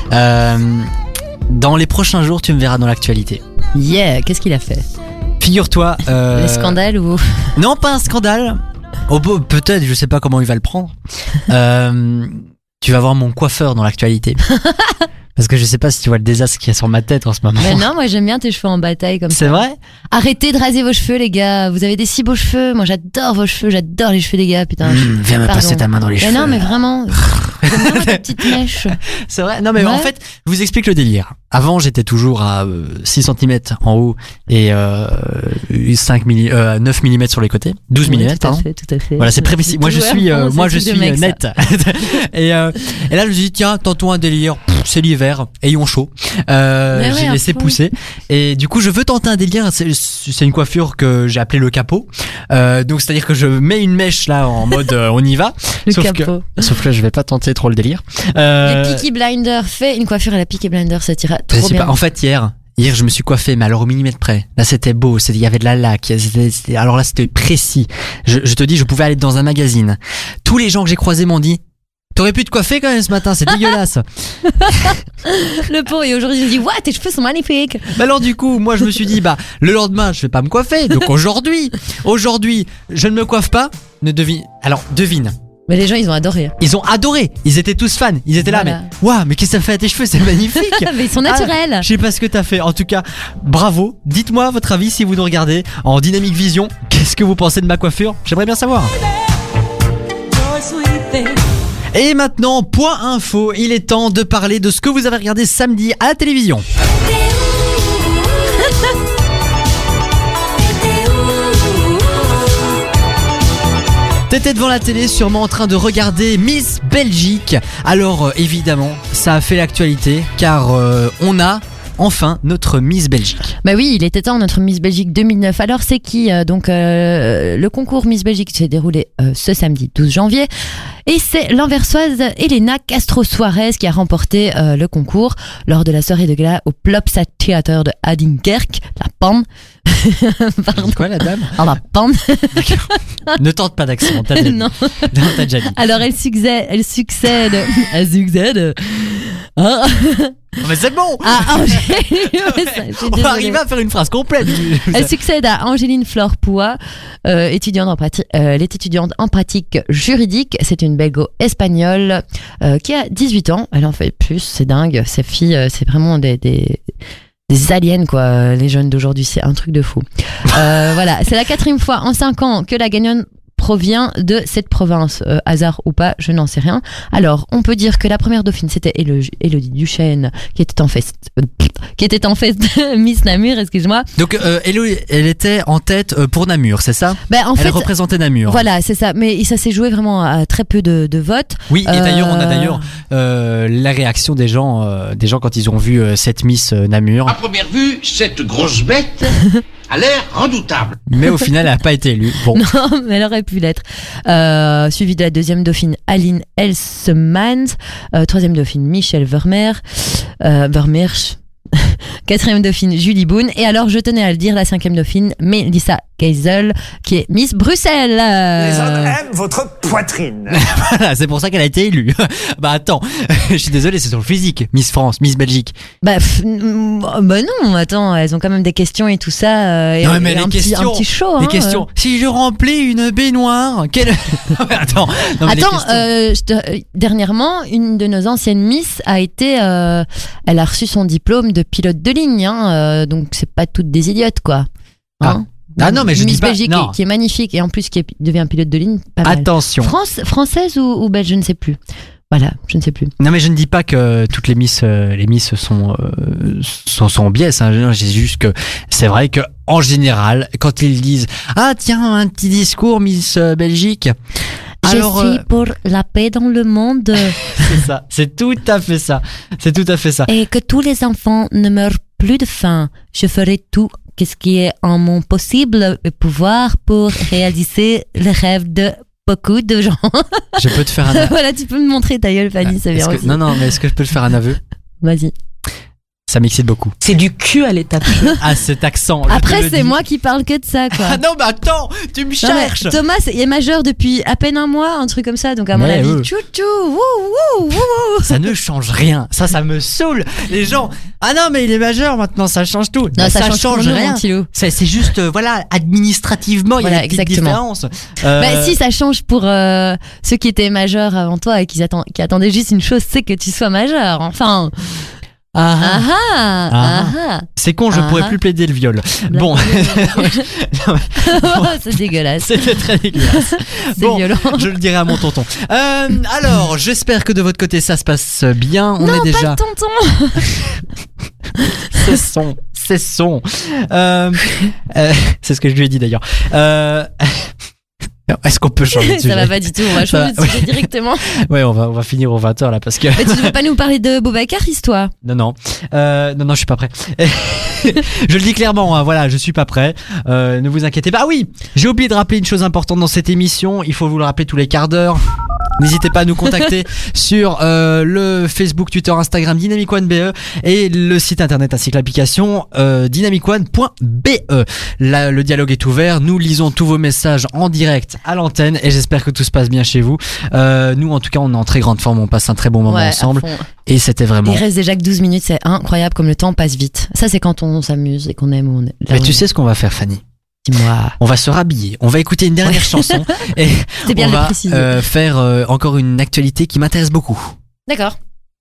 S1: Dans les prochains jours, tu me verras dans l'actualité.
S2: Yeah, qu'est-ce qu'il a fait?
S1: Figure-toi.
S2: Les scandales ou.
S1: Non, pas un scandale. Oh, peut-être, je sais pas comment il va le prendre. Tu vas voir mon coiffeur dans l'actualité. Parce que je sais pas si tu vois le désastre qu'il y a sur ma tête en ce moment.
S2: Mais non, moi j'aime bien tes cheveux en bataille comme ça.
S1: C'est vrai?
S2: Arrêtez de raser vos cheveux, les gars. Vous avez des si beaux cheveux. Moi j'adore vos cheveux, j'adore les cheveux des gars, putain.
S1: Viens me
S2: Pardon.
S1: passer ta main dans les
S2: Mais
S1: cheveux.
S2: non, mais vraiment. J'aime bien les petites mèches.
S1: C'est vrai? Non, mais
S2: Ouais.
S1: en fait, je vous explique le délire. Avant, j'étais toujours à 6 cm en haut et 9 mm sur les côtés. 12
S2: Oui,
S1: mm,
S2: tout à
S1: pardon.
S2: fait, tout à fait.
S1: Voilà, c'est précis. Moi, je suis, net. Et là, je me suis dit, tiens, tentons un délire. C'est l'hiver, ayons chaud.
S2: ouais,
S1: J'ai
S2: à
S1: laissé
S2: fond.
S1: pousser. Et du coup, je veux tenter un délire. C'est une coiffure que j'ai appelée le capot. Donc, c'est-à-dire que je mets une mèche là en mode on y va.
S2: Le
S1: sauf
S2: capot.
S1: sauf que je vais pas tenter trop le délire.
S2: Les Peaky Blinders, fais une coiffure à la Peaky Blinders, ça t'ira
S1: Je
S2: trop
S1: sais
S2: bien.
S1: pas. En fait, hier, je me suis coiffé, mais alors au millimètre près. Là, c'était beau. Il y avait de la laque. Alors là, c'était précis. Je te dis, je pouvais aller dans un magazine. Tous les gens que j'ai croisés m'ont dit, t'aurais pu te coiffer quand même ce matin. C'est dégueulasse.
S2: Le pauvre, et aujourd'hui, je me dis, ouais, tes cheveux sont magnifiques.
S1: Bah alors du coup, moi je me suis dit, bah le lendemain, je vais pas me coiffer. Donc aujourd'hui, je ne me coiffe pas. Alors devine.
S2: Mais les gens, ils ont adoré.
S1: Ils ont adoré. Ils étaient tous fans. Ils étaient là,
S2: Voilà.
S1: mais waouh, mais qu'est-ce que ça fait à tes cheveux? C'est magnifique.
S2: Mais ils sont naturels.
S1: Je sais pas ce que t'as fait. En tout cas, bravo. Dites-moi votre avis si vous nous regardez en Dynamic Vision. Qu'est-ce que vous pensez de ma coiffure? J'aimerais bien savoir. Et maintenant, point info. Il est temps de parler de ce que vous avez regardé samedi à la télévision. T'étais devant la télé sûrement en train de regarder Miss Belgique. Alors évidemment, ça a fait l'actualité car on a enfin notre Miss Belgique.
S2: Bah oui, il était temps, notre Miss Belgique 2009. Alors c'est qui Donc le concours Miss Belgique s'est déroulé ce samedi 12 janvier. Et c'est l'anversoise Elena Castro-Suarez qui a remporté le concours lors de la soirée de gala au Plopsa Theater de Adinkerk, la Pan. Pardon.
S1: Quoi la dame?
S2: Ah, la Pan.
S1: Ne tente pas d'accent, t'as déjà dit.
S2: Non.
S1: Non, t'as déjà dit.
S2: Alors elle succède. Ah,
S1: Mais c'est bon. On va arriver à faire une phrase complète.
S2: Elle succède à Angéline Flore Poua, étudiante en pratique, elle est étudiante en pratique juridique. C'est une belgo-espagnole qui a 18 ans. Elle en fait plus, c'est dingue. Ces filles, c'est vraiment des aliens, quoi. Les jeunes d'aujourd'hui, c'est un truc de fou. Voilà, c'est la 4e fois en 5 ans que la gagnante provient de cette province. Hasard ou pas, je n'en sais rien. Alors, on peut dire que la première dauphine, c'était Élodie Duchesne, qui était en fait Miss Namur, excuse-moi.
S1: Donc elle était en tête pour Namur, c'est ça?
S2: Ben, en
S1: Elle
S2: fait,
S1: représentait Namur.
S2: voilà, c'est ça. Mais ça s'est joué vraiment à très peu de votes.
S1: Oui, et d'ailleurs, on a la réaction des gens quand ils ont vu cette Miss Namur.
S5: À première vue, cette grosse bête a l'air redoutable.
S1: Mais au final, elle n'a pas été élue. Bon.
S2: Non, mais elle aurait pu l'être. Suivie de la 2e dauphine, Aline Elsemans. 3e dauphine, Michel Vermeersch. 4e dauphine, Julie Boone. Et alors, je tenais à le dire, la 5e dauphine, Melissa Geisel, qui est Miss Bruxelles.
S6: Les hommes aiment votre poitrine.
S1: Voilà, c'est pour ça qu'elle a été élue. Bah attends, je suis désolé, c'est sur le physique. Miss France, Miss Belgique.
S2: Bah non, attends, elles ont quand même des questions et tout ça. Et,
S1: Non, mais
S2: et
S1: les
S2: un
S1: questions,
S2: petit show.
S1: Les questions. Si je remplis une baignoire, quelle... Attends, non, mais les
S2: Attends,
S1: questions.
S2: dernièrement, une de nos anciennes Miss a été, elle a reçu son diplôme de pilote de ligne, hein, donc c'est pas toutes des idiotes, quoi. Hein.
S1: Ah non, mais je
S2: Miss
S1: dis pas.
S2: Belgique
S1: Non.
S2: qui est magnifique et en plus qui devient pilote de ligne, pas mal.
S1: Attention.
S2: Française ou belge, je ne sais plus. Voilà, je ne sais plus.
S1: Non mais je ne dis pas que toutes les Miss sont biaises. Hein. J'ai juste que c'est vrai que en général, quand ils disent ah tiens un petit discours Miss Belgique. Alors,
S2: je suis pour la paix dans le monde
S1: c'est ça, c'est tout à fait ça. C'est tout à fait ça.
S2: et que tous les enfants ne meurent plus de faim. Je ferai tout ce qui est en mon possible pouvoir pour réaliser le rêve de beaucoup de gens.
S1: Je peux te faire un aveu.
S2: Voilà, tu peux me montrer ta gueule, Fanny, ça vient aussi.
S1: Non, mais est-ce que je peux te faire un aveu?
S2: Vas-y.
S1: Ça m'excite beaucoup.
S3: C'est du cul à l'étape.
S1: Ah, cet accent. je te
S2: Après,
S1: le
S2: c'est
S1: dis.
S2: moi qui parle que de ça, quoi.
S1: Ah non, mais attends, tu me
S2: Non, mais
S1: cherches.
S2: Thomas est majeur depuis à peine un mois, un truc comme ça, donc à mon
S1: Ouais,
S2: avis,
S1: ouais.
S2: tchou-tchou, wouh, wouh, wouh.
S1: Ça ne change rien. Ça me saoule. Les gens. Ah non, mais il est majeur maintenant, ça change tout.
S2: Non, ça change pour nous,
S1: rien.
S2: mon Thilo.
S1: C'est juste, voilà, administrativement, il y
S2: Voilà,
S1: a une petite
S2: exactement.
S1: différence.
S2: Bah, si, ça change pour ceux qui étaient majeurs avant toi et qui attendaient juste une chose, c'est que tu sois majeur. Enfin.
S1: Ah,
S2: Ah ah, ah ah.
S1: c'est con, je
S2: Ah,
S1: pourrais
S2: ah.
S1: plus plaider le viol. Bon,
S2: C'est dégueulasse.
S1: c'était très dégueulasse.
S2: C'est
S1: Bon,
S2: violent.
S1: je le dirai à mon tonton. Alors, j'espère que de votre côté ça se passe bien. On
S2: Non,
S1: est déjà.
S2: pas tonton.
S1: Cessons. C'est ce que je lui ai dit d'ailleurs. Est-ce qu'on peut changer de sujet?
S2: Ça va pas du tout, on va
S1: Ça
S2: changer de
S1: va,
S2: sujet directement.
S1: Ouais, on va finir aux 20h là parce que.
S2: Mais tu ne veux pas nous parler de Boubacar, toi?
S1: Non, je suis pas prêt. Je le dis clairement, hein, voilà, je suis pas prêt. Ne vous inquiétez pas. Ah oui, j'ai oublié de rappeler une chose importante dans cette émission. Il faut vous le rappeler tous les quarts d'heure. N'hésitez pas à nous contacter sur le Facebook, Twitter, Instagram Dynamic One BE et le site internet ainsi que l'application dynamicone.be. Là, le dialogue est ouvert. Nous lisons tous vos messages en direct à l'antenne et j'espère que tout se passe bien chez vous. Nous, en tout cas, on est en très grande forme. On passe un très bon moment
S2: Ouais, à
S1: ensemble
S2: fond.
S1: et c'était vraiment.
S2: Il reste déjà que 12 minutes, c'est incroyable comme le temps passe vite. Ça, c'est quand on s'amuse et qu'on aime où on est. Là,
S1: Mais tu sais ce qu'on va faire, Fanny?
S2: dis-moi.
S1: On va se rhabiller, on va écouter une dernière chanson et
S2: C'est bien
S1: on
S2: de le
S1: va
S2: préciser.
S1: faire encore une actualité qui m'intéresse beaucoup.
S2: D'accord.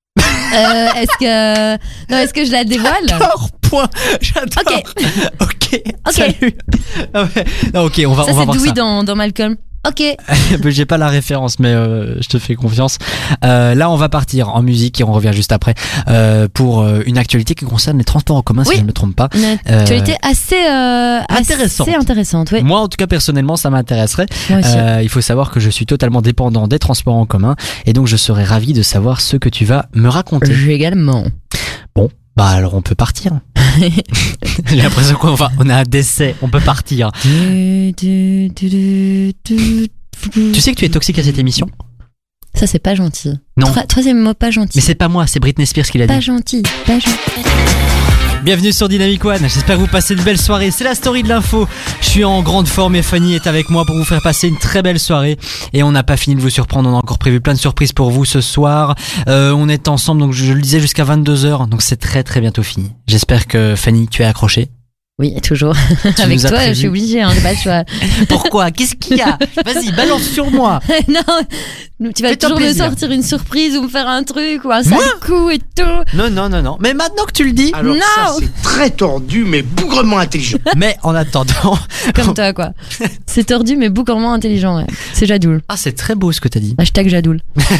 S2: Est-ce que je la dévoile?
S1: J'adore, point. J'adore. Ok. Salut. Ah ouais. Non, ok, on va
S2: Ça, c'est
S1: voir
S2: Dewey
S1: ça.
S2: dans Malcolm. Ok.
S1: J'ai pas la référence, mais je te fais confiance. Là, on va partir en musique et on revient juste après pour une actualité qui concerne les transports en commun, si
S2: Oui.
S1: je ne me trompe pas.
S2: Une actualité assez
S1: Intéressante.
S2: Assez intéressante, oui.
S1: Moi, en tout cas, personnellement, ça m'intéresserait.
S2: Moi aussi.
S1: Il faut savoir que je suis totalement dépendant des transports en commun et donc je serais ravi de savoir ce que tu vas me raconter.
S2: Également.
S1: Bon, bah alors on peut partir. J'ai l'impression qu'on a un décès, on peut partir. Tu sais que tu es toxique à cette émission?
S2: Ça, c'est pas gentil.
S1: Non.
S2: Troisième mot, pas gentil.
S1: Mais c'est pas moi, c'est Britney Spears qui l'a
S2: Pas
S1: dit.
S2: gentil. Pas gentil.
S1: Bienvenue sur Dynamic One, j'espère que vous passez de belles soirées, c'est la story de l'info. Je suis en grande forme et Fanny est avec moi pour vous faire passer une très belle soirée. Et on n'a pas fini de vous surprendre, on a encore prévu plein de surprises pour vous ce soir. On est ensemble, donc je le disais, jusqu'à 22h, donc c'est très très bientôt fini. J'espère que Fanny, tu es accrochée.
S2: Oui, toujours.
S1: Tu
S2: Avec
S1: nous as
S2: toi,
S1: prévu.
S2: je suis obligée, hein, j'ai pas le choix.
S1: Pourquoi? Qu'est-ce qu'il y a? Vas-y, balance sur moi.
S2: Non, tu vas
S1: Fais-toi
S2: toujours me
S1: plaisir.
S2: sortir une surprise ou me faire un truc ou un
S1: Moi
S2: sale coup et tout.
S1: Non. Mais maintenant que tu le dis,
S5: Alors ça,
S2: Non.
S5: c'est très tordu, mais bougrement intelligent.
S1: mais en attendant...
S2: Comme toi, quoi. C'est tordu, mais bouclement intelligent, ouais. C'est Jadoul.
S1: Ah, c'est très beau ce que t'as dit.
S2: Hashtag Jadoul.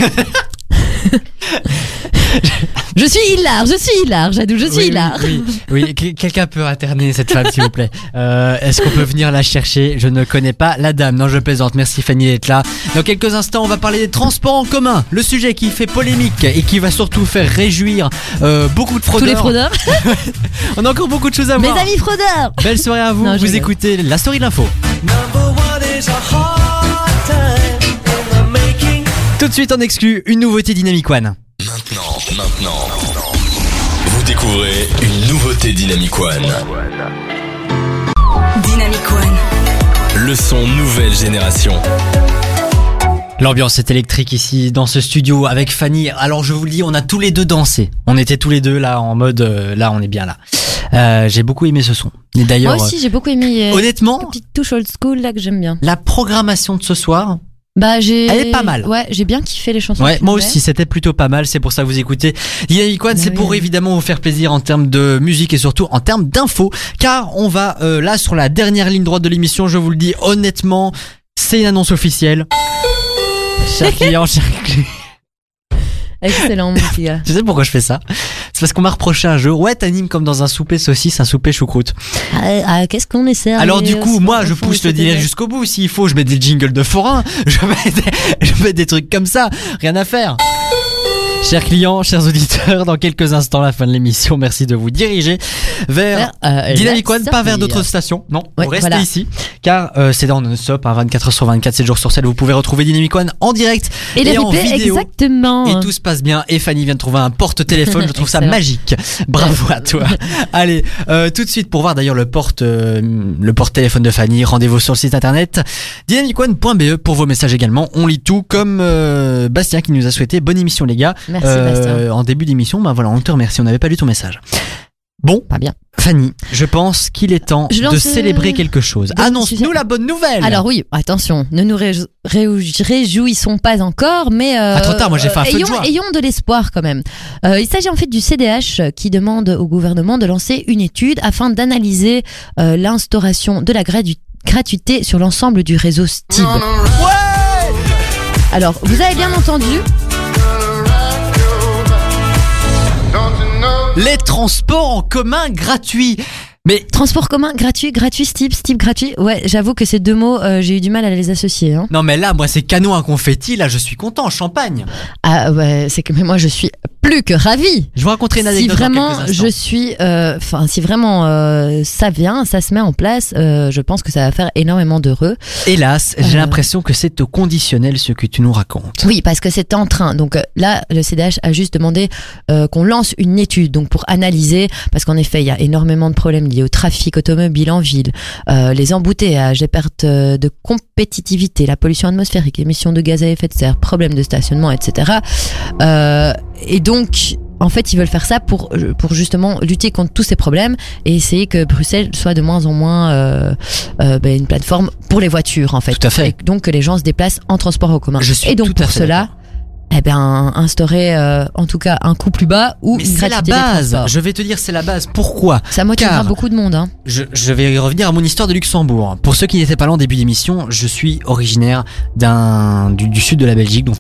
S2: Je suis hilar, Jadoul, je suis hilar.
S1: Oui. Quelqu'un peut interner cette femme, s'il vous plaît. Est-ce qu'on peut venir la chercher? Je ne connais pas la dame. Non, je plaisante. Merci Fanny d'être là. Dans quelques instants, on va parler des transports en commun. Le sujet qui fait polémique et qui va surtout faire réjouir beaucoup de
S2: Tous
S1: fraudeurs.
S2: les fraudeurs.
S1: On a encore beaucoup de choses à
S2: Mes
S1: voir.
S2: amis fraudeurs.
S1: Belle soirée à vous.
S2: Non, je
S1: vous
S2: rigole.
S1: écoutez la story de l'info. Tout de suite en exclu, une nouveauté Dynamic One.
S4: Maintenant, Vous découvrez une nouveauté Dynamic One.
S7: Dynamic One.
S4: Le son nouvelle génération.
S1: L'ambiance est électrique ici dans ce studio avec Fanny. Alors je vous le dis, on a tous les deux dansé. On était tous les deux là en mode là on est bien là. J'ai beaucoup aimé ce son. Et d'ailleurs,
S2: Moi aussi, j'ai beaucoup aimé.
S1: honnêtement,
S2: Une petite touche old school là que j'aime bien.
S1: la programmation de ce soir,
S2: Bah
S1: elle est pas mal.
S2: Ouais, j'ai bien kiffé les chansons.
S1: ouais,
S2: qu'il
S1: moi
S2: met.
S1: aussi, c'était plutôt pas mal. C'est pour ça que vous écoutez Dynamic One.
S2: Bah
S1: C'est
S2: oui.
S1: pour évidemment vous faire plaisir en termes de musique et surtout en termes d'infos, car on va là sur la dernière ligne droite de l'émission. Je vous le dis honnêtement, c'est une annonce officielle. Chers clients, chers clients.
S2: Excellent, mon petit gars.
S1: Tu sais pourquoi je fais ça? C'est parce qu'on m'a reproché un jeu. Ouais, t'animes comme dans un souper saucisse, un souper choucroute.
S2: Qu'est-ce qu'on essaie?
S1: Alors du coup, moi, je pousse le délire jusqu'au bout. S'il faut, je mets des jingles de forain. Je mets des trucs comme ça. Rien à faire. Chers clients, chers auditeurs, dans quelques instants, la fin de l'émission, merci de vous diriger vers Dynamic One, pas vers d'autres stations. Non,
S2: Ouais,
S1: vous restez
S2: voilà.
S1: ici, car c'est dans non-stop, 24h/24, 7 jours sur 7. Vous pouvez retrouver Dynamic One en direct
S2: Et les
S1: en
S2: replays,
S1: vidéo.
S2: exactement.
S1: Et tout se passe bien. Et Fanny vient de trouver un porte-téléphone. Je trouve ça
S2: Excellent.
S1: magique. Bravo à toi. Allez, tout de suite pour voir d'ailleurs le porte-téléphone de Fanny. Rendez-vous sur le site internet dynamicone.be pour vos messages également. On lit tout comme Bastien qui nous a souhaité bonne émission les gars.
S2: Merci, Bastien.
S1: En début d'émission, bah voilà, on te remercie. On n'avait pas lu ton message. Bon,
S2: Pas bien.
S1: Fanny, je pense qu'il est temps
S2: Je
S1: de
S2: lance,
S1: célébrer quelque chose.
S2: donc,
S1: Annonce-nous
S2: sujet.
S1: la bonne nouvelle.
S2: Alors oui, attention, ne nous réjouissons pas encore, mais
S1: trop tard, moi, j'ai fait un feu de joie.
S2: ayons de l'espoir quand même. Il s'agit en fait du CDH qui demande au gouvernement de lancer une étude afin d'analyser l'instauration de la gratuité sur l'ensemble du réseau Stib. Alors, vous avez bien entendu,
S1: les transports en commun gratuits. Mais
S2: transport commun gratuit, Stib gratuit. Ouais, j'avoue que ces deux mots, j'ai eu du mal à les associer. Hein.
S1: non, mais là, moi, c'est canon à confetti. Là, je suis content. Champagne.
S2: Ah ouais, c'est que mais moi je suis plus que ravie.
S1: Je vous raconterai une
S2: Si
S1: anecdote
S2: vraiment
S1: dans quelques instants.
S2: je suis, si vraiment ça se met en place, je pense que ça va faire énormément d'heureux.
S1: Hélas, j'ai l'impression que c'est au conditionnel ce que tu nous racontes.
S2: Oui, parce que c'est en train. Donc là, le CDH a juste demandé qu'on lance une étude, donc pour analyser, parce qu'en effet, il y a énormément de problèmes liés au trafic automobile en ville, les embouteillages, les pertes de compétitivité, la pollution atmosphérique, émissions de gaz à effet de serre, problèmes de stationnement, etc. Et donc, en fait, ils veulent faire ça pour justement lutter contre tous ces problèmes et essayer que Bruxelles soit de moins en moins une plateforme pour les voitures, en fait.
S1: Tout à fait.
S2: Et donc que les gens se déplacent en transport en commun.
S1: Je suis
S2: et donc
S1: tout à
S2: pour
S1: fait
S2: cela, instaurer en tout cas un coût plus bas ou
S1: Mais
S2: une
S1: c'est la
S2: gratuité des
S1: base.
S2: transports.
S1: Je vais te dire, c'est la base. Pourquoi?
S2: Ça motivera
S1: Car-
S2: beaucoup de monde. Hein.
S1: Je vais revenir à mon histoire de Luxembourg. Pour ceux qui n'étaient pas là en début d'émission, je suis originaire du sud de la Belgique, donc